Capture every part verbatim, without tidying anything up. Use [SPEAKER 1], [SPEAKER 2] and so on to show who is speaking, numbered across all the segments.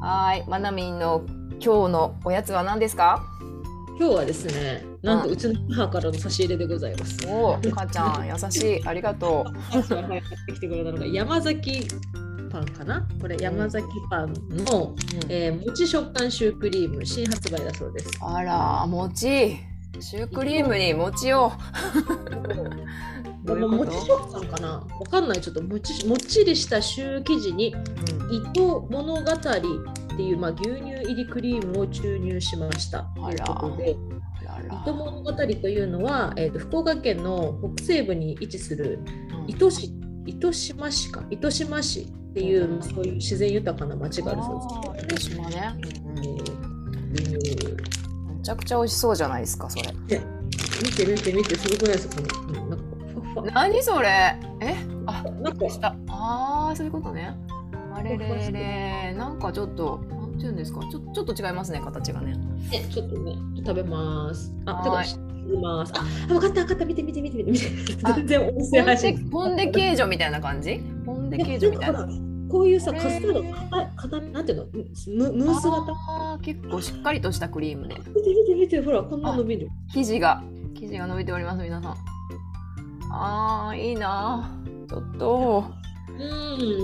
[SPEAKER 1] はい、まなみんの今日のおやつは何ですか？
[SPEAKER 2] 今日はですね、なんとうちの母からの差し入れでございます。
[SPEAKER 1] おお、母ちゃん優しい、ありがとう。
[SPEAKER 2] 母が買ってきてくれたのが山崎パンかな。これ山崎パンの、うんえー、もち食感シュークリーム新発売だそうです。
[SPEAKER 1] あら、餅シュークリームに餅を
[SPEAKER 2] でももち食感かな、わかんない。ちょっともちもっちりしたシュー生地に、うん、糸物語っていう、まあ、牛乳入りクリームを注入しましたということで、糸物語というのは、えーと、福岡県の北西部に位置する糸市、糸島市か糸島市っていう、うん、そういう自然豊かな町があるそうです。
[SPEAKER 1] 糸島ね、うんうん、めちゃくちゃ美味しそうじゃないですかそれ。
[SPEAKER 2] 見て見て見て、すごくないですか？なんか
[SPEAKER 1] 何それ？え？あ、なんかしたあー、そういうことね。あれれれ、なんかちょっとなんていうんですか、ちょちょっと違いますね、形がね。
[SPEAKER 2] ね、ちょっとね、食べます。あ、てか食べます。あ、分かった分かった、見て見て見て見て。全然音声配信。
[SPEAKER 1] ポンデケージョみたいな感じ？ポンデケージョみたいな。
[SPEAKER 2] こういうさ、カスタード硬い、なんていうの、ムムース型。
[SPEAKER 1] ああ、結構しっかりとしたクリームで。
[SPEAKER 2] 見て見て見て、ほらこんな伸びる。
[SPEAKER 1] 生地が生地が伸びております皆さん。ああ、いいな。ちょっと。
[SPEAKER 2] うん。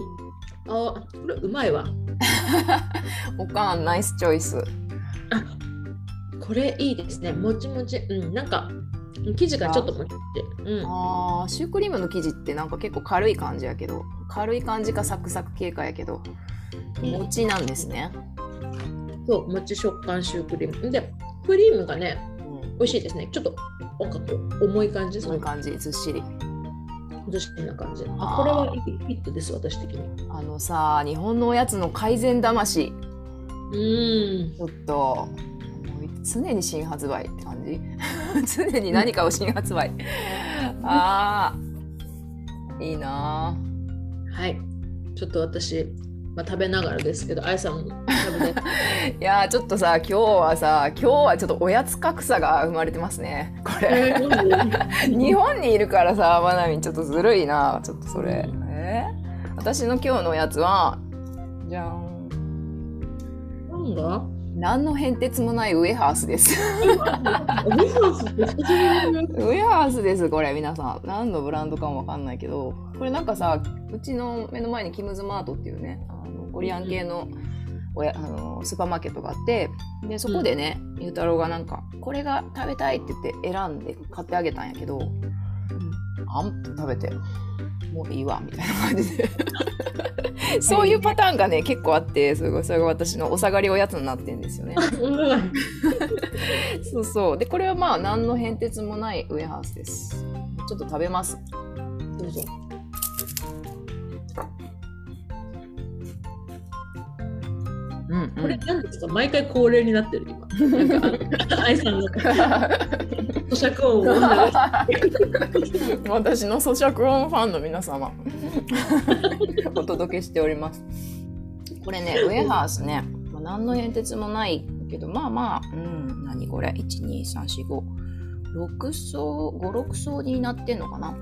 [SPEAKER 2] あ、これうまいわ。
[SPEAKER 1] おかんナイスチョイス。
[SPEAKER 2] あ、これいいですね。もちもち。うん、なんか生地がちょっともちって。うん、
[SPEAKER 1] ああ、シュークリームの生地ってなんか結構軽い感じやけど、軽い感じかサクサク系かやけど、もちなんですね。
[SPEAKER 2] そう、もち食感シュークリームで、クリームがね、うん、美味しいですね。ちょっと重い感じ。
[SPEAKER 1] 重い感じ、ずっしり。
[SPEAKER 2] ずっしりな感じ。あ、これはフィットです、私的に。
[SPEAKER 1] あのさ、日本のおやつの改善魂。
[SPEAKER 2] うん。
[SPEAKER 1] ちょっと常に新発売って感じ。常に何かを新発売。ああ、いいな。
[SPEAKER 2] はい。ちょっと私、まあ、食べながらですけど、あやさんも食べて。
[SPEAKER 1] いやちょっとさ、今日はさ、今日はちょっとおやつ格差が生まれてますね。これ。日本にいるからさ、まなみんちょっとずるいな。ちょっとそれ。えー、私の今日のおやつは、じゃん。
[SPEAKER 2] なんだ？
[SPEAKER 1] 何の変哲もないウエハースです。ウエハースです、これ皆さん。何のブランドかもわかんないけど、これなんかさ、うちの目の前にキムズマートっていうね、あのコリアン系のおやあのスーパーマーケットがあって、でそこでね、うん、ゆうたろうがなんかこれが食べたいって言って選んで買ってあげたんやけど、うん、あんと食べてもういいわみたいな感じでそういうパターンがね結構あって、それがそれが私のお下がりおやつになってんですよね。そうそう。でこれはまあ何の変哲もないウエハースです。ちょっと食べます。どうぞ。
[SPEAKER 2] うんうん、これ何ですか？毎回恒例になってる今。なんか愛さんの咀嚼音を
[SPEAKER 1] 私の咀嚼音ファンの皆様お届けしております。これね、ウエハースね、まあ、何の変哲もないけど、まあまあ、うん、何これ、いち、に、さん、よん、ご、ろく層、ご、ろく層になってんのかな。うん。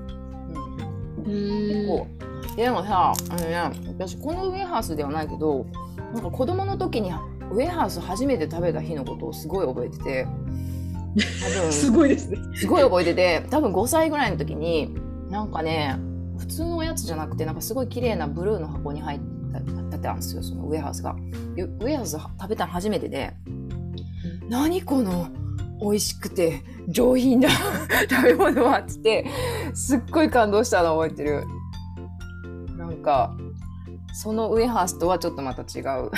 [SPEAKER 1] 結構。でもさ、あのね、私このウエハースではないけど、なんか子供の時にウエハース初めて食べた日のことをすごい覚えてて、多分
[SPEAKER 2] すごいですね。
[SPEAKER 1] すごい覚えてて、多分ごさいぐらいの時になんかね、普通のおやつじゃなくてなんかすごい綺麗なブルーの箱に入ってたんですよ、そのウエハースが。ウエハース食べたの初めてで、何この美味しくて上品な食べ物はっつってすっごい感動したのを覚えてる。なんかそのウエハースとはちょっとまた違う。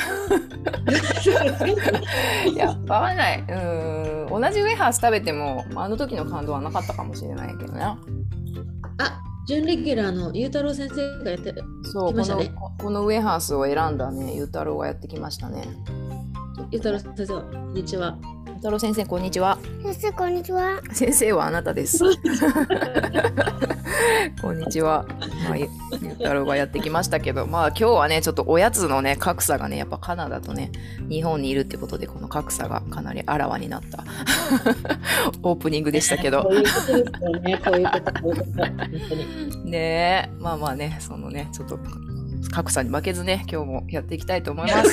[SPEAKER 1] いや、わかんない。うーん、同じウエハース食べてもあの時の感動はなかったかもしれないけどね。
[SPEAKER 2] あ、準レギュラーのゆうたろう先生がやってる。
[SPEAKER 1] そう、このこのウエハースを選んだね、ゆうたろうがやってきましたね。
[SPEAKER 2] ゆうたろう先生、こんにちは。
[SPEAKER 1] ゆうたろう先生、こんにちは。
[SPEAKER 3] 先生、こんにちは。
[SPEAKER 1] 先生はあなたです。こんにちは。まあ、ゆうたろうがやってきましたけど、まあ今日はね、ちょっとおやつのね、格差がね、やっぱカナダとね、日本にいるってことで、この格差がかなりあらわになったオープニングでしたけど。
[SPEAKER 2] こういうことですよね、こういうこと、こういうこと。本当に。
[SPEAKER 1] ねえ、まあまあね、そのね、ちょっと格差に負けずね、今日もやっていきたいと思います。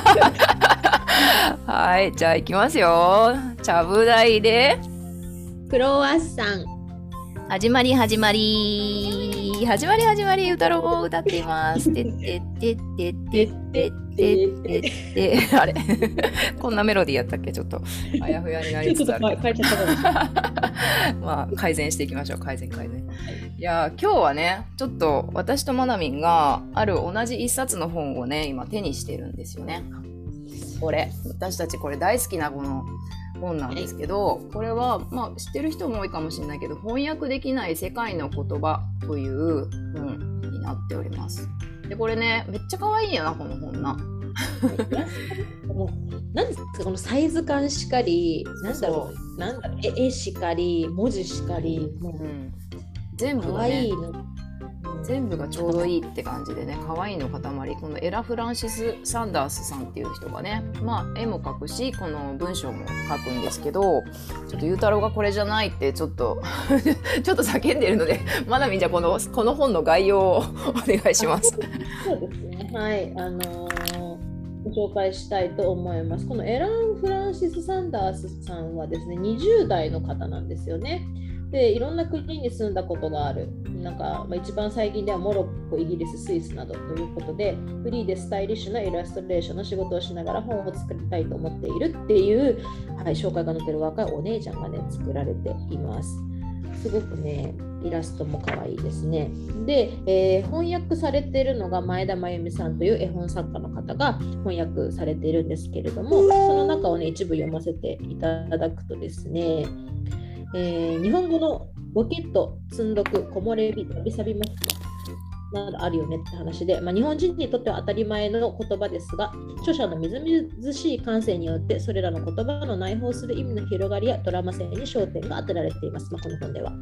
[SPEAKER 1] はい、じゃあいきますよ。ちゃぶ台で
[SPEAKER 2] クロワッサン。
[SPEAKER 1] 始まり始まり始まり始まり歌ろうを歌っています。てってってってってってってってってあれこんなメロディーやったっけ？ちょっとあやふやになりつつあるけどまあ改善していきましょう。改善改善。いや今日はねちょっと私とまなみんがある同じ一冊の本をね今手にしてるんですよね。これ私たちこれ大好きなこの本なんですけど、これはまあ知ってる人も多いかもしれないけど、翻訳できない世界の言葉という本になっております。でこれねめっちゃ可愛いよなこの本な。
[SPEAKER 2] もう何ですかこのサイズ感しかり、なんだろう、なんだろう、絵しかり、文字しかり、もう、うん、
[SPEAKER 1] 全部がね、
[SPEAKER 2] 可愛いの。
[SPEAKER 1] 全部がちょうどいいって感じでね、可愛いの塊。このエラ・フランシス・サンダースさんっていう人がね、まあ絵も描くしこの文章も書くんですけど、ちょっとゆうたろうがこれじゃないってちょっとちょっと叫んでるので、まなみじゃこのこの本の概要をお願いします。
[SPEAKER 2] そうですね、はい、あのー、ご紹介したいと思います。このエラン・フランシス・サンダースさんはですねにじゅう代の方なんですよね。でいろんな国に住んだことがある。なんか、まあ、一番最近ではモロッコ、イギリス、スイスなどということで、フリーでスタイリッシュなイラストレーションの仕事をしながら本を作りたいと思っているっていう、はい、紹介が載ってる若いお姉ちゃんがね作られています。すごくねイラストも可愛いですね。で、えー、翻訳されているのが前田真由美さんという絵本作家の方が翻訳されているんですけれども、その中をね一部読ませていただくとですね、えー、日本語のボケット、積んどく、木漏れ日、わびさびもなどあるよねって話で、まあ、日本人にとっては当たり前の言葉ですが、著者のみずみずしい感性によってそれらの言葉の内包する意味の広がりやドラマ性に焦点が当てられています、まあ、この本では。うん、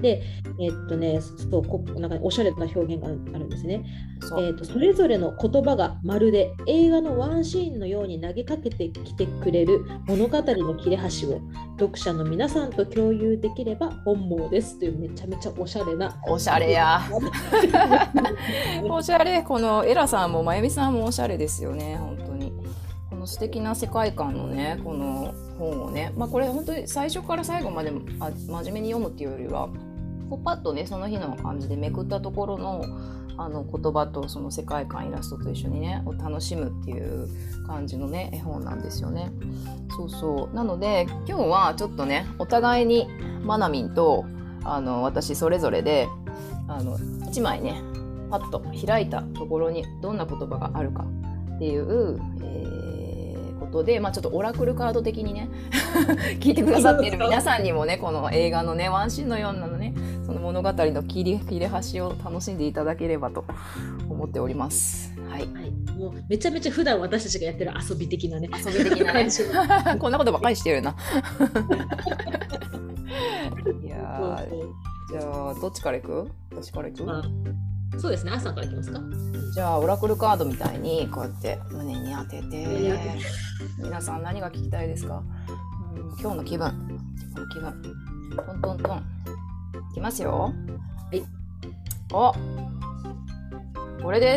[SPEAKER 2] で、えーっとね、そうこなんかおしゃれな表現があるんですね。そ, えーっとそれぞれの言葉がまるで映画のワンシーンのように投げかけてきてくれる物語の切れ端を読者の皆さんと共有できれば本望ですというめちゃめちゃおしゃれな。
[SPEAKER 1] おしゃれやおしゃれ。このエラさんもまゆみさんもおしゃれですよね。本当にこの素敵な世界観のねこの本をね、まあ、これ本当に最初から最後まであ真面目に読むっていうよりはこうパッとねその日の感じでめくったところのあの言葉とその世界観イラストと一緒にねを楽しむっていう感じのね絵本なんですよね。そうそうなので今日はちょっとねお互いにまなみんとあの私それぞれであのいちまいねパッと開いたところにどんな言葉があるかっていう、えー、ことで、まあ、ちょっとオラクルカード的にね聞いてくださっている皆さんにもねこの映画のねワンシーンのようなのねその物語の切り切れ端を楽しんでいただければと思っております。はい、はい、
[SPEAKER 2] もうめちゃめちゃ普段私たちがやってる遊び的なね
[SPEAKER 1] 遊び的なねこんなことばっかりしてるないやじゃあどっちからいく？私からいく？
[SPEAKER 2] あそうですね、朝からいきますか。
[SPEAKER 1] じゃあオラクルカードみたいにこうやって胸に当てて皆さん何が聞きたいですか？うん、今日の気分今日の気分トントントンいきますよ。はい、おこれです。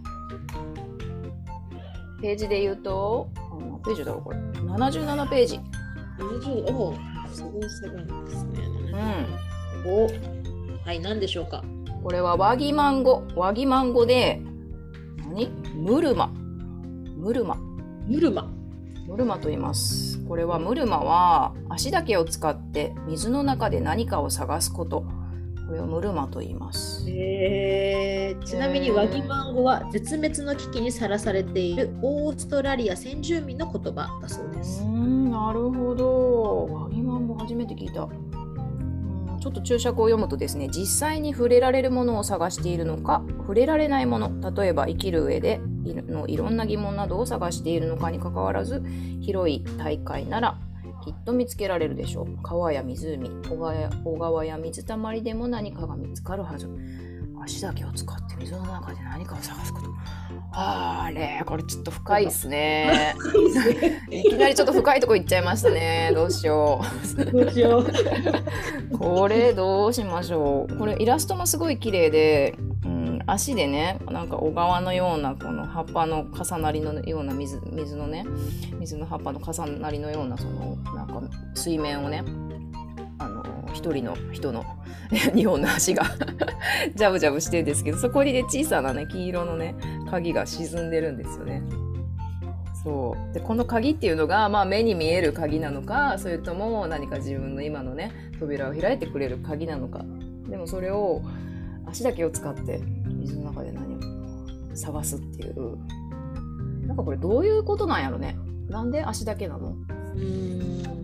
[SPEAKER 1] ページで言うと何ページだろうこれななじゅうななページ。
[SPEAKER 2] ななじゅうおすごいすごいですね。うん、おはい何でしょうか。
[SPEAKER 1] これはワギマン語ワギマン語で何ムルマムルマ
[SPEAKER 2] ムルマ
[SPEAKER 1] ムルマと言います。これはムルマは足だけを使って水の中で何かを探すこと、これをムルマと言います。
[SPEAKER 2] えー、ちなみにワギマン語は絶滅の危機にさらされているオーストラリア先住民の言葉だそうです。
[SPEAKER 1] うーんなるほど。ワギマン語初めて聞いた。ちょっと注釈を読むとですね、実際に触れられるものを探しているのか、触れられないもの、例えば生きる上でのいろんな疑問などを探しているのかにかかわらず、広い大海ならきっと見つけられるでしょう。川や湖、小川や、小川や水たまりでも何かが見つかるはず。足だけを使って水の中で何かを探すこと。あれ、これちょっと深いですね。いきなりちょっと深いとこ行っちゃいましたね。どうしよう。
[SPEAKER 2] どうしよう。
[SPEAKER 1] これどうしましょう。これイラストもすごい綺麗で、うん、 足でねなんか小川のようなこの葉っぱの重なりのような 水, 水のね水の葉っぱの重なりのようなそのなんか水面をねあの一人の人のにほんの足がジャブジャブしてるんですけど、そこにね小さなね黄色のね鍵が沈んでるんですよね。そうでこの鍵っていうのが、まあ、目に見える鍵なのか、それとも何か自分の今のね扉を開いてくれる鍵なのか。でもそれを足だけを使って水の中で何を探すっていう、なんかこれどういうことなんやろね。なんで足だけなの？
[SPEAKER 2] うーん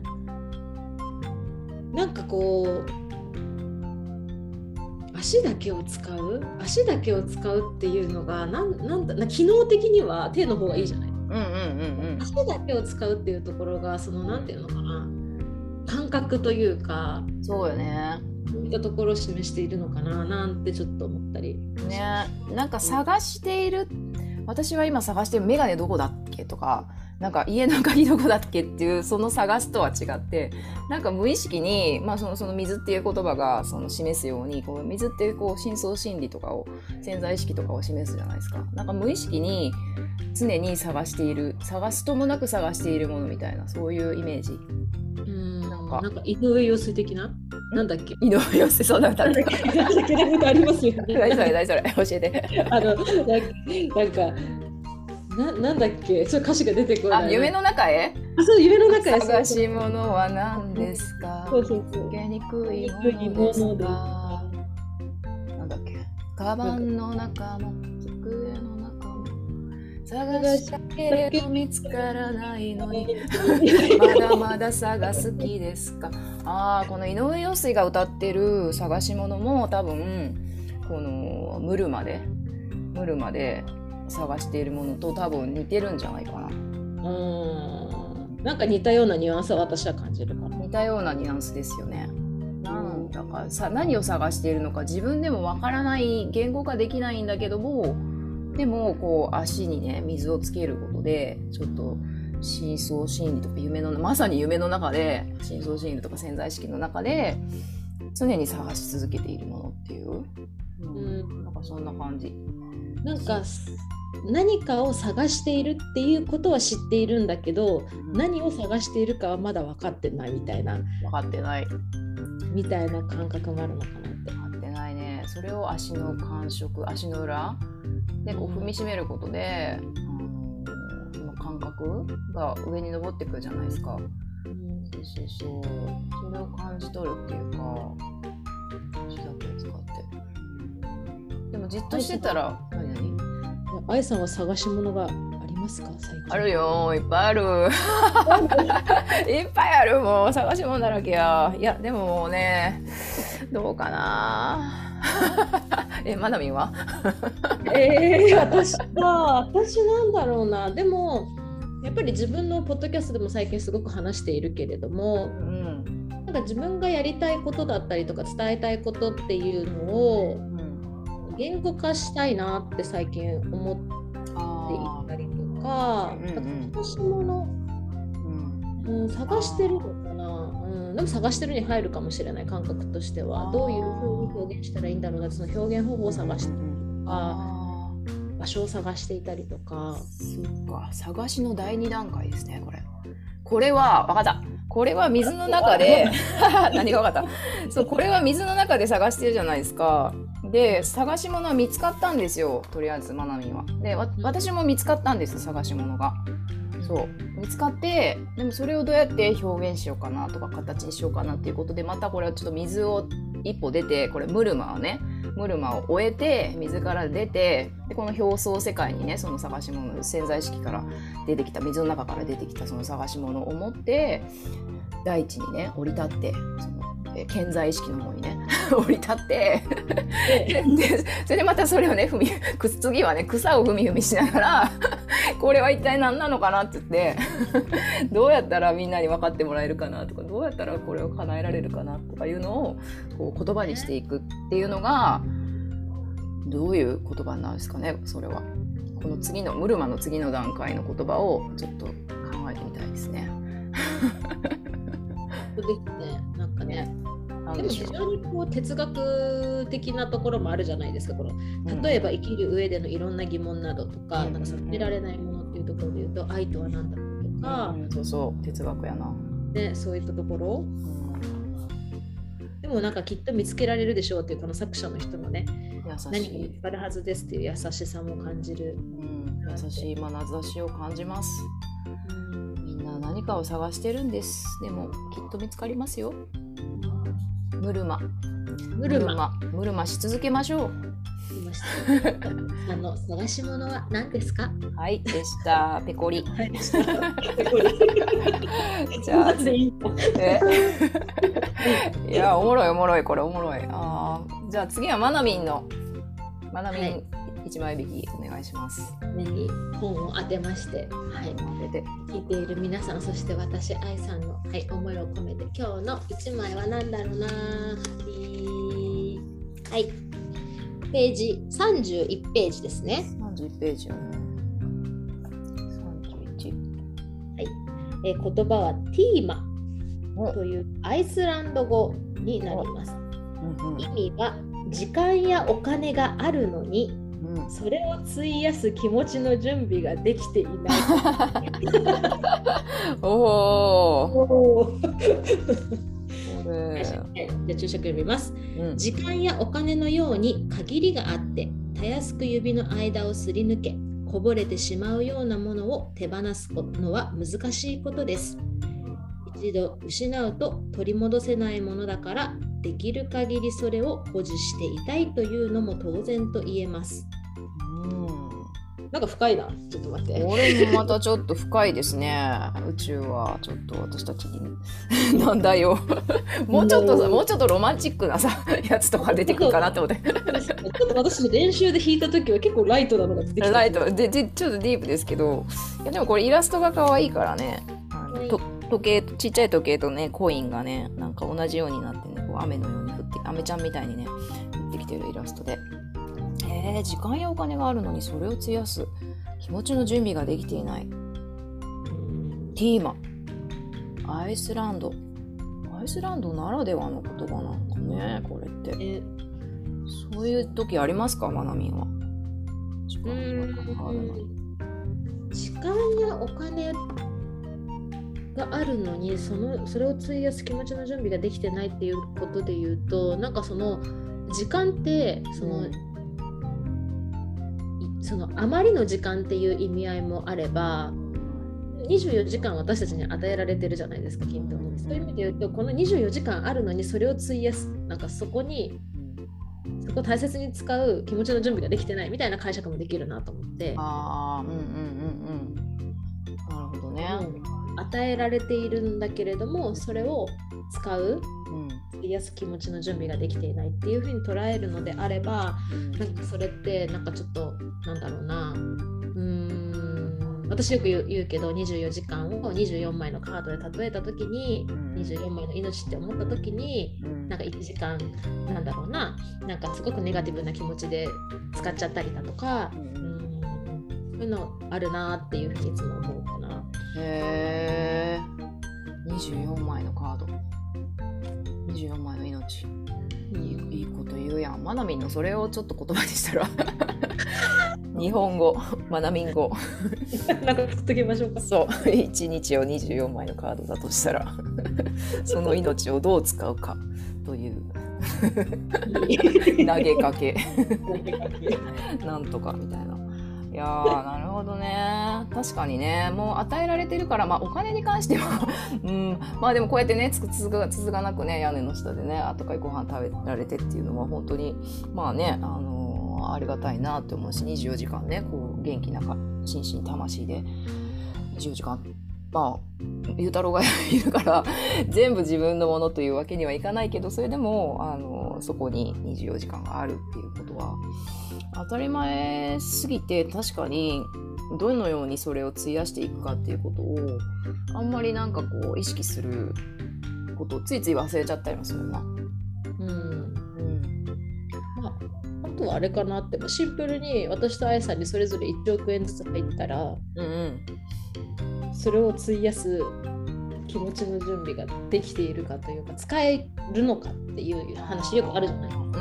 [SPEAKER 2] なんかこう足だけを使う足だけを使うっていうのがなんなんだな、機能的には手の方がいいじゃない。
[SPEAKER 1] うんうんうんうん、
[SPEAKER 2] 足だけを使うっていうところがそのなんていうのかな、感覚というか、
[SPEAKER 1] そうよね。
[SPEAKER 2] そういったところを示しているのかななんてちょっと思ったり
[SPEAKER 1] ね。なんか探している、私は今探してるメガネどこだっけとか、なんか家の鍵どこだっけっていうその探すとは違って、なんか無意識に、まあ、そのその水っていう言葉がその示すように、こう水っていうこう深層心理とかを潜在意識とかを示すじゃないですか。なんか無意識に常に探している、探すともなく探しているものみたいな、そういうイメージ。
[SPEAKER 2] うん
[SPEAKER 1] なんか
[SPEAKER 2] なんか井上陽水的ななんだっけ
[SPEAKER 1] 井上陽水、そうだったんだっけ
[SPEAKER 2] なんかありますよね。
[SPEAKER 1] 何それ何それ教えて。
[SPEAKER 2] あのなんかな, なんだっけ、ちょっと歌詞が出てこない。
[SPEAKER 1] あ、夢の中へ。
[SPEAKER 2] あ、そう、夢の中へ。
[SPEAKER 1] 探し物は何ですか。
[SPEAKER 2] そうそうそう。
[SPEAKER 1] 受けにくいものですか。なんだっけ。カバンの中も机の中も探したけれど見つからないのにまだまだ探す気ですか。ああ、この井上陽水が歌ってる探し物も多分このムルマでムルマで探しているものと多分似てるんじゃないかな。う
[SPEAKER 2] ーん、なんか似たようなニュアンスは私は感じるかな。
[SPEAKER 1] 似たようなニュアンスですよね。なんだかさ、何を探しているのか自分でもわからない、言語化できないんだけども、でもこう足にね水をつけることでちょっと深層心理とか夢のまさに夢の中で深層心理とか潜在意識の中で常に探し続けているものっていう、うん、なんかそんな感じ。
[SPEAKER 2] なんか何かを探しているっていうことは知っているんだけど、うん、何を探しているかはまだ分かってないみたいな
[SPEAKER 1] 分かってない
[SPEAKER 2] みたいな感覚もあるのかなって。
[SPEAKER 1] 分かってないね。それを足の感触、足の裏でこう踏みしめることで、うん、その感覚が上に上ってくるじゃないですか、うん、そうそうそう、それを感じ取るっていうか、足だけを使って。でもじっとしてたら何何
[SPEAKER 2] あやさんは探し物がありますか最近？
[SPEAKER 1] あるよ、いっぱいあるいっぱいある、もう探し物だらけや。いやでももうね、どうかなえ、まなみんは
[SPEAKER 2] えー、私は私なんだろうな。でもやっぱり自分のポッドキャストでも最近すごく話しているけれども、うん、なんか自分がやりたいことだったりとか伝えたいことっていうのを言語化したいなって最近思っていたりとか、探し物、うんうん、探してるのかな、うん、でも探してるに入るかもしれない、感覚としては。どういうふうに表現したらいいんだろうな、その表現方法を探していたりとか、場所を探していたりとか。
[SPEAKER 1] そっか、探しの第二段階ですね、これ。これは分かった。これは水の中で何が分かった。そう、これは水の中で探してるじゃないですか。で、探し物は見つかったんですよ、とりあえずまなみんは。で、わ私も見つかったんです、探し物が。そう見つかって、でもそれをどうやって表現しようかなとか形にしようかなっていうことで、またこれはちょっと水を一歩出て、これムルマをねムルマを終えて水から出て、でこの表層世界にね、その探し物、潜在意識から出てきた、水の中から出てきたその探し物を持って大地にね降り立って、その潜在意識の方にね降り立ってでそれでまたそれをね踏み次はね草を踏み踏みしながらこれは一体何なのかなって言ってどうやったらみんなに分かってもらえるかなとか、どうやったらこれを叶えられるかなとかいうのをこう言葉にしていくっていうのが、どういう言葉なんですかね。それはこの次のムルマの次の段階の言葉をちょっと考えてみたいですね
[SPEAKER 2] そうですね。なんかね、
[SPEAKER 1] 考なんでしょう。
[SPEAKER 2] でも非常にこう哲学的なところもあるじゃないですか。この例えば生きる上でのいろんな疑問などとか、うん、なんか避けられないものっていうところで言うと、愛とは何だろうとか、
[SPEAKER 1] うん、そうそう哲学やな、
[SPEAKER 2] ね、そういったところ、うん、でもなんかきっと見つけられるでしょうっていうこの作者の人のね、何か見つかるはずですっていう優しさも感じる、
[SPEAKER 1] うん、優しい眼差しを感じます、うん、みんな何かを探してるんです。でもきっと見つかりますよ。ムルマ
[SPEAKER 2] ムルマ
[SPEAKER 1] ムルマし続けましょう。
[SPEAKER 2] あの探し物は何ですか？
[SPEAKER 1] はいでしたペコリ。
[SPEAKER 2] はい、
[SPEAKER 1] じゃあえいやおもろいおもろいこれおもろい。あじゃあ次はマナミンのマナミン一枚引きお願いします。
[SPEAKER 2] 目に本を当てまして、はい、当てて聞いている皆さん、そして私愛さんの、はい、思いを込めて今日の一枚は何だろうな。はい。ページさんじゅういちページですね。
[SPEAKER 1] さんじゅういちページよね。さんじゅういち。
[SPEAKER 2] はい。えー、言葉はティーマというアイスランド語になります。うんうん、意味は時間やお金があるのに、うん、それを費やす気持ちの準備ができていない。
[SPEAKER 1] おお。
[SPEAKER 2] はい、じゃあ注釈読みます、うん、時間やお金のように限りがあってたやすく指の間をすり抜けこぼれてしまうようなものを手放すのは難しいことです。一度失うと取り戻せないものだからできる限りそれを保持していたいというのも当然と言えます。なんか深いな。ちょっと待って。
[SPEAKER 1] これもまたちょっと深いですね。宇宙はちょっと私たちになんだよ。もうちょっとさ、もうちょっとロマンチックなさやつとか出てくるかなって思って。ちょ
[SPEAKER 2] っと私練習で弾いた時は結構ライトなのが出てきた。
[SPEAKER 1] ライトででちょっとディープですけど、いやでもこれイラストが可愛いからね。あのと時計ちっちゃい時計とねコインがねなんか同じようになってねこう雨のように降って雨ちゃんみたいにね降ってきてるイラストで。えー、時間やお金があるのにそれを費やす気持ちの準備ができていない。ティーマアイスランドアイスランドならではの言葉なんかねこれって、えそういう時ありますかマナミンは。時間やお金があるのに
[SPEAKER 2] 時間やお金があるのにそのそれを費やす気持ちの準備ができてないっていうことで言うとなんかその時間ってその、うんそのあまりの時間っていう意味合いもあればにじゅうよじかん私たちに与えられてるじゃないですかきっと。そういう意味で言うとこのにじゅうよじかんあるのにそれを費やすなんかそこにそこを大切に使う気持ちの準備ができてないみたいな解釈もできるなと思って。
[SPEAKER 1] ああうんうんうんうんなるほどね、
[SPEAKER 2] うん、与えられているんだけれどもそれを使う、うん費やす気持ちの準備ができていないっていう風に捉えるのであれば、うん、なんかそれってなんかちょっとなんだろうなうーん私よく言う、言うけどにじゅうよじかんをにじゅうよんまいのカードで例えた時に、うん、にじゅうよんまいの命って思った時に、うん、なんかいちじかんなんだろうななんかすごくネガティブな気持ちで使っちゃったりだとか、うん、そういうのあるなっていうふうにいつも思うかな。
[SPEAKER 1] へーにじゅうよんまいのカードにじゅうよんまいの命いい、いいこと言うやん。マナミンのそれをちょっと言葉にしたら日本語マナミン語
[SPEAKER 2] なんか振っときましょうか。
[SPEAKER 1] そういちにちをにじゅうよんまいのカードだとしたらその命をどう使うかという投げかけなんとかみたいな。いやーなるほどね。確かにねもう与えられてるから、まあ、お金に関しては、うん、まあでもこうやってねつく続か続かなくね屋根の下でねあったかいご飯食べられてっていうのは本当にまあね、あのー、ありがたいなって思うしにじゅうよじかんねこう元気なか心身魂でにじゅうよじかんまあゆうたろうがいるから全部自分のものというわけにはいかないけどそれでも、あのー、そこににじゅうよじかんがあるっていうことは当たり前すぎて確かにどのようにそれを費やしていくかっていうことをあんまりなんかこう意識することをついつい忘れちゃったりもするな。うん、うん、
[SPEAKER 2] まああとはあれかなってシンプルに私とあやさんにそれぞれいちおくえんずつ入ったら、うんうん、それを費やす気持ちの準備ができているかというか使えるのかっていう話よくあるじゃない。
[SPEAKER 1] うんうんうんうん。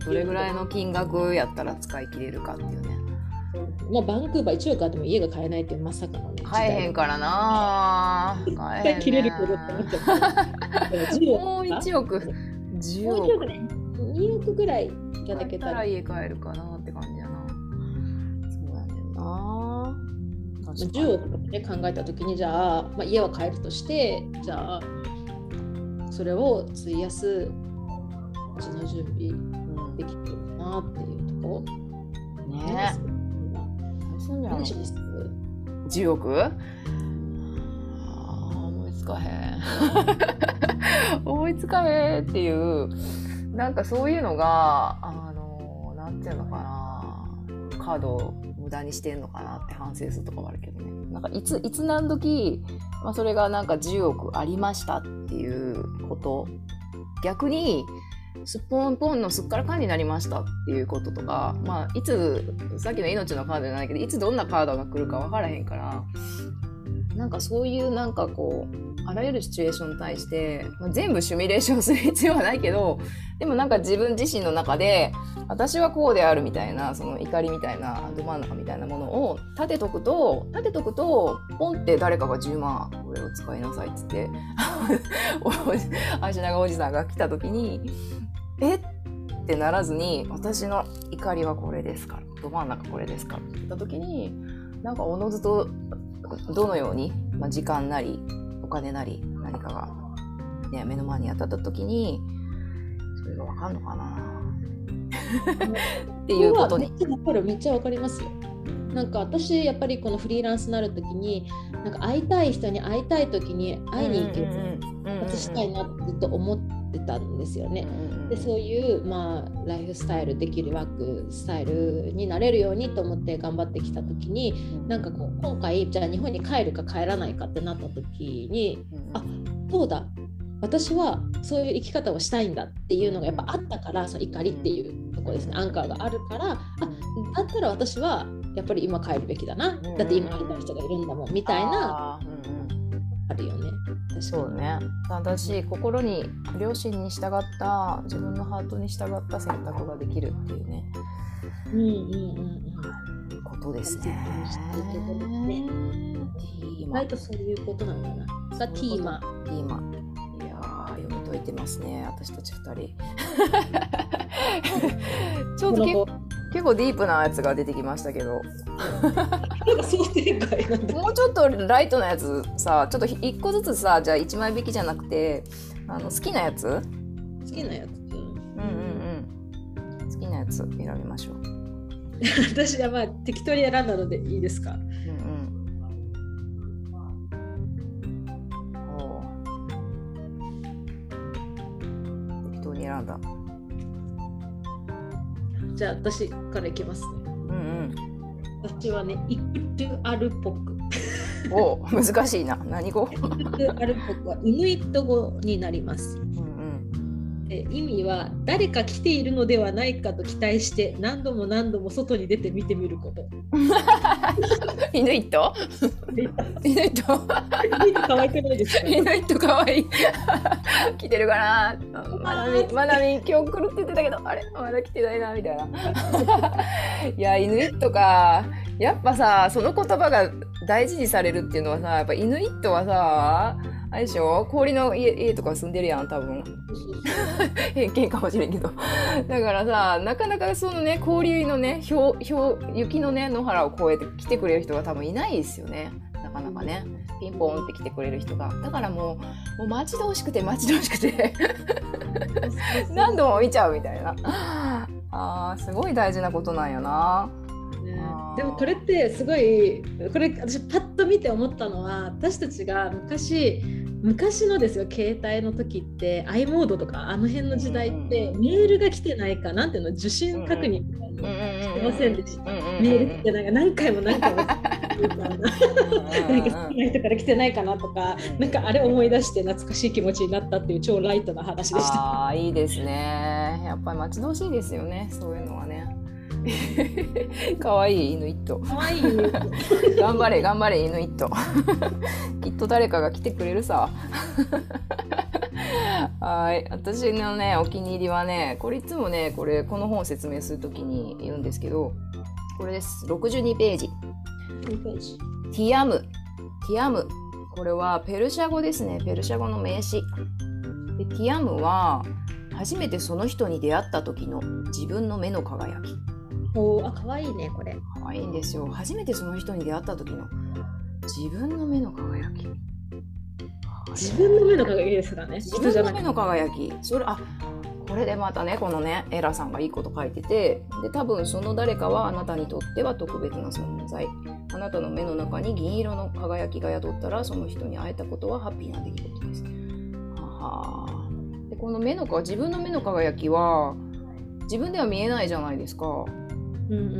[SPEAKER 1] どれぐらいの金額やったら使い切れるかっていうね。
[SPEAKER 2] まあ、バンクーバーいちおくあっても家が買えないっていうまさかのね。
[SPEAKER 1] 買えへんからな。買えへんね。
[SPEAKER 2] 切れるけどって思っちゃった。
[SPEAKER 1] もういちおく。じゅうおく。
[SPEAKER 2] もういちおくね。におくぐらいいただけたら。
[SPEAKER 1] 家買えるかなって感じやな。そうやねんな。
[SPEAKER 2] じゅうおくとかね考えたときにじゃあ、まあ、家は買えるとしてじゃあそれを費やすうちの準備できてるかなっていうところ。
[SPEAKER 1] ねえ。
[SPEAKER 2] 何します？
[SPEAKER 1] じゅうおく？あ思いつかへん思いつかへんっていうなんかそういうのがあのなんていうのかなカードを無駄にしてんのかなって反省するとかもあるけどね。なんかいついつ何時、まあ、それがなんかじゅうおくありましたっていうこと逆にすっぽんぽんのすっからかんになりましたっていうこととか、まあ、いつさっきの命のカードじゃないけどいつどんなカードが来るか分からへんからなんかそういうなんかこうあらゆるシチュエーションに対して、まあ、全部シミュレーションする必要はないけどでもなんか自分自身の中で私はこうであるみたいなその怒りみたいなど真ん中みたいなものを立てとくと立てとくとポンって誰かがじゅうまんこれを使いなさいっつって足長おじさんが来た時にえってならずに私の怒りはこれですからど真ん中これですからって言った時になんかおのずとどのように、まあ、時間なりお金なり何かが、ね、目の前に当たった時にそれが分かんのかなっていうことに
[SPEAKER 2] めっちゃ分かるめっちゃ分かりますよ。なんか私やっぱりこのフリーランスになる時になんか会いたい人に会いたい時に会いに行ける生活したいなってずっと思ってたんですよね。でそういう、まあ、ライフスタイルできるワークスタイルになれるようにと思って頑張ってきた時になんかこう今回じゃあ日本に帰るか帰らないかってなった時にあそうだ私はそういう生き方をしたいんだっていうのがやっぱあったからその怒りっていうところですねアンカーがあるからあだったら私はやっぱり今帰るべきだなだって今会いたい人がいるんだもんみたいなあるよね。
[SPEAKER 1] そうね正しい心に両親に従った自分のハートに従った選択ができるっていうね
[SPEAKER 2] うんうんうんうん
[SPEAKER 1] ことですね。
[SPEAKER 2] 意外とそういうことなんだな。がティーマ
[SPEAKER 1] ティーマいやー読み解いてますね私たちふたりちょっと結構結構ディープなやつが出てきましたけど
[SPEAKER 2] 想定外なんだ。
[SPEAKER 1] もうちょっとライトなやつさちょっといっこずつさじゃあいちまい引きじゃなくてあの好きなやつ
[SPEAKER 2] 好きなやつ
[SPEAKER 1] うんうんうん好きなやつ選びましょう
[SPEAKER 2] 私はまあ適当に選んだのでいいですか。
[SPEAKER 1] うんうん適当に選んだ。
[SPEAKER 2] じゃあ私からいきますね。
[SPEAKER 1] うんうん
[SPEAKER 2] 私はね、イクトゥアルポク。
[SPEAKER 1] お難しいな。何語？
[SPEAKER 2] イクトゥアルポクはイヌイット語になります。
[SPEAKER 1] うんうん、
[SPEAKER 2] で意味は誰か来ているのではないかと期待して何度も何度も外に出て見てみること。
[SPEAKER 1] イヌイット？イヌイット？
[SPEAKER 2] イヌイット可愛くないですか？
[SPEAKER 1] イヌイット可愛い。来てるかな？まなみ、まなみ今日来るって言ってたけど、あれまだ来てないなみたいな。いやイヌイットか。やっぱさその言葉が大事にされるっていうのはさやっぱイヌイットはさあれでしょ氷の 家, 家とか住んでるやん多分偏見かもしれんけどだからさなかなかそのね氷のね氷氷雪のね野原を越えて来てくれる人が多分いないですよねなかなかねピンポンって来てくれる人がだからもうもう待ち遠しくて待ち遠しくて何度も見ちゃうみたいなあーすごい大事なことなんやな。
[SPEAKER 2] でもこれってすごいこれ私パッと見て思ったのは私たちが昔昔のですよ携帯の時って i モードとかあの辺の時代ってメールが来てないかなんていうの受信確認みたいなのしてませんでした。メールってなんか何回も何回もなんか好きな人から来てないかなとかなんかあれ思い出して懐かしい気持ちになったっていう超ライトな話でした。
[SPEAKER 1] あいいですねやっぱり待ち遠しいですよねそういうのはね。 かわいいイヌイット。
[SPEAKER 2] かわいい犬。
[SPEAKER 1] 頑張れ頑張れイヌイット。きっと誰かが来てくれるさ。はい、私のねお気に入りはね、これいつもねこれこの本を説明するときに言うんですけど、これです。ろくじゅうにページ。
[SPEAKER 2] にページ。
[SPEAKER 1] ティアム。ティアム。これはペルシャ語ですね。ペルシャ語の名詞。でティアムは初めてその人に出会った時の自分の目の輝き。
[SPEAKER 2] おー、あ、かわいいねこれ。
[SPEAKER 1] かわいいんですよ。初めてその人に出会った時の自分の目の輝き。
[SPEAKER 2] 自分の目の輝きですからね。
[SPEAKER 1] 自分の目の輝き。それ、あ、これでまたねこのねエラさんがいいこと書いてて、で多分その誰かはあなたにとっては特別な存在。あなたの目の中に銀色の輝きが宿ったらその人に会えたことはハッピーな出来事です。はは。でこの目のか自分の目の輝きは自分では見えないじゃないですか。
[SPEAKER 2] うんうんうんうん。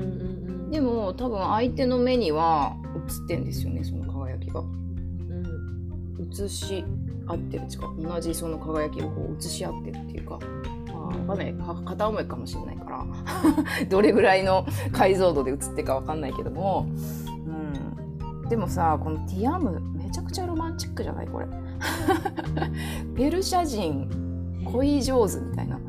[SPEAKER 1] でも多分相手の目には映ってんですよね、その輝きが。映し合ってるっていうか、同じその輝きをこう映し合ってるっていうか、まあ、わかんない、片思いかもしれないからどれぐらいの解像度で映ってるかわかんないけども、うん、でもさこのティアムめちゃくちゃロマンチックじゃないこれペルシャ人恋上手みたいな。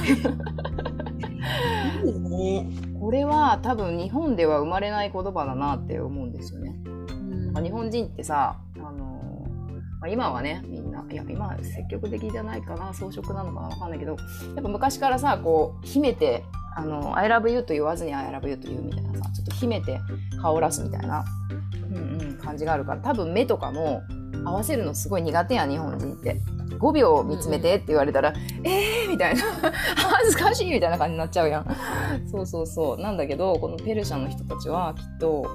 [SPEAKER 2] いいね。
[SPEAKER 1] これは多分日本では生まれない言葉だなって思うんですよね。うん、日本人ってさ、あのまあ、今はねみんないや今は積極的じゃないかな、装飾なのかな分かんないけど、やっぱ昔からさこう秘めてあの I love you と言わずに I love you と言うみたいなさ、ちょっと秘めて顔らすみたいな、うんうん、感じがあるから、多分目とかも合わせるのすごい苦手や日本人って。ごびょう見つめてって言われたら、うん、えーみたいな恥ずかしいみたいな感じになっちゃうやん。そうそうそうなんだけど、このペルシャの人たちはきっと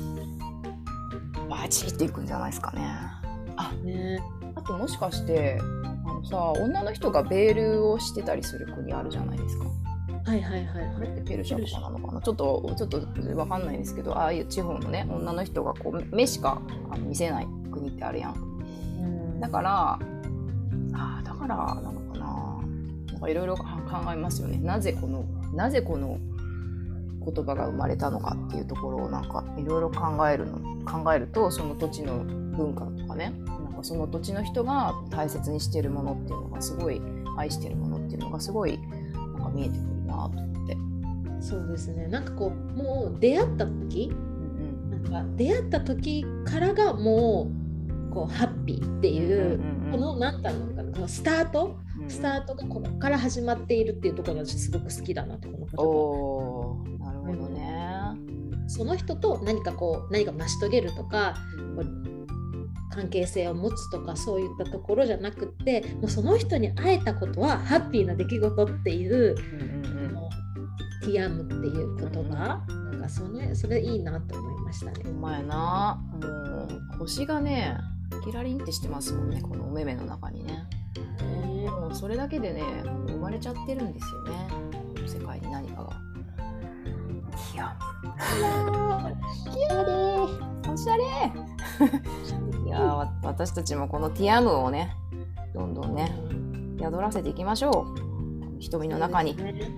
[SPEAKER 1] バチっていくんじゃないですかね。あ、ね、あともしかしてあのさ、女の人がベールをしてたりする国あるじゃないですか。
[SPEAKER 2] はいはいはい、
[SPEAKER 1] これってペルシャとかなのかな、ちょっとちょっと分かんないですけど、ああいう地方のね女の人がこう目しかあの見せない国ってあるやん。うん、だからあだからなのかな、なんかいろいろ考えますよね。なぜこのなぜこの言葉が生まれたのかっていうところをなんかいろいろ考えるの考えると、その土地の文化とかね、なんかその土地の人が大切にしているものっていうのがすごい、愛しているものっていうのがすごいなんか見えてくるなと思って。そうですね、
[SPEAKER 2] なんかこうもう出会った時、うんうん、なんか出会った時からがもうこうハッピーっていう、うんうんうん、このなんかのこのスタート、うんうん、スタートがここから始まっているっていうところが私すごく好きだなと、この言葉。
[SPEAKER 1] おー、なるほどね、
[SPEAKER 2] うん、その人と何かこう何か成し遂げるとか、うん、関係性を持つとかそういったところじゃなくって、もうその人に会えたことはハッピーな出来事っていう、うんうんうん、ティアムっていう言葉、うん、なんかそれ、それいいなと思いましたね。
[SPEAKER 1] うまいな。もう星がねキラリンってしてますもんね、このお目目の中にね。えー、もうそれだけでね生まれちゃってるんですよね、この世界に何かが。ティアム
[SPEAKER 2] キラリ
[SPEAKER 1] おしゃれいや私たちもこのティアムをねどんどんね宿らせていきましょう、瞳の中に。ね、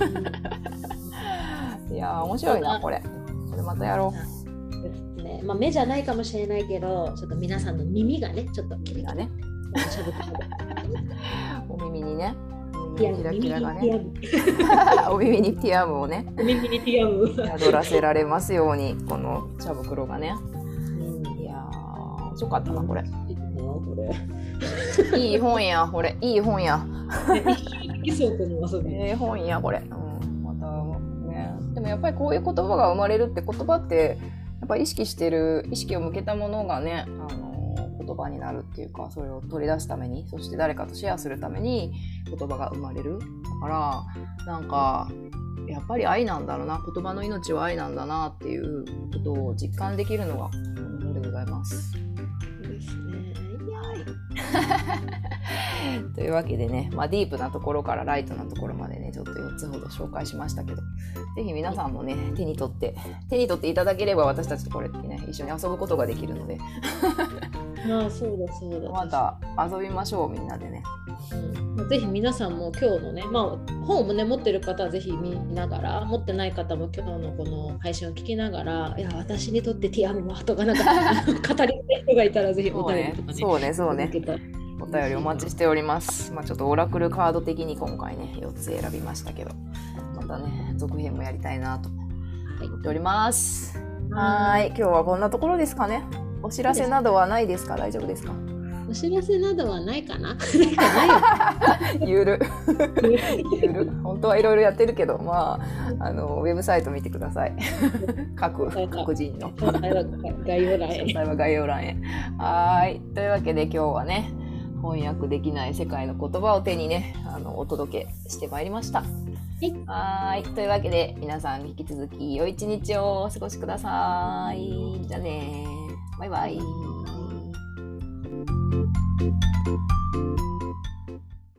[SPEAKER 1] いや面白いなこれ。これまたやろう。
[SPEAKER 2] ね、まあ、目じゃないかもしれないけど、ちょっと皆さんの耳がねちょっと
[SPEAKER 1] 耳がねお耳にね
[SPEAKER 2] キラキラがね
[SPEAKER 1] お耳にティアムをね
[SPEAKER 2] お耳にティアム
[SPEAKER 1] 宿らせられますように、この茶袋がね、うん、いやー面白かったなこれ。いい本やこれ、いい本やええ本やこれ、うん、またね。でもやっぱりこういう言葉が生まれるって、言葉ってやっぱり意識してる、意識を向けたものがね、あの言葉になるっていうか、それを取り出すために、そして誰かとシェアするために言葉が生まれる。だからなんかやっぱり愛なんだろうな、言葉の命は愛なんだなっていうことを実感できるのがこの本でございます。ですね。というわけでね、まあ、ディープなところからライトなところまでねちょっとよっつほど紹介しましたけど、ぜひ皆さんもね手に取って手に取っていただければ、私たちとこれってね一緒に遊ぶことができるので
[SPEAKER 2] ああそうだそうだ、
[SPEAKER 1] また遊びましょうみんなでね。
[SPEAKER 2] うん、ぜひ皆さんも今日のね、まあ、本を、ね、持ってる方はぜひ見ながら、持ってない方も今日のこの配信を聞きながら、いや私にとってティアムはとかなんか語りたい人がいたらぜひお便りとかね。
[SPEAKER 1] そうねそうねそうね、お便りお待ちしております。まあ、ちょっとオラクルカード的に今回ねよっつ選びましたけど、またね続編もやりたいなと思っております。はい、今日はこんなところですかね。お知らせなどはないですか？大丈夫ですか？
[SPEAKER 2] お知らせなどはないかなないよ
[SPEAKER 1] ゆるゆる本当はいろいろやってるけど、まあ、あのウェブサイト見てください各各人の
[SPEAKER 2] 詳細は概要欄へ
[SPEAKER 1] 詳細は概要欄へ。はい、というわけで今日はね翻訳できない世界の言葉を手にねあのお届けしてまいりました。はい、というわけで皆さん引き続き良い一日をお過ごしください。じゃあね、バイバイ。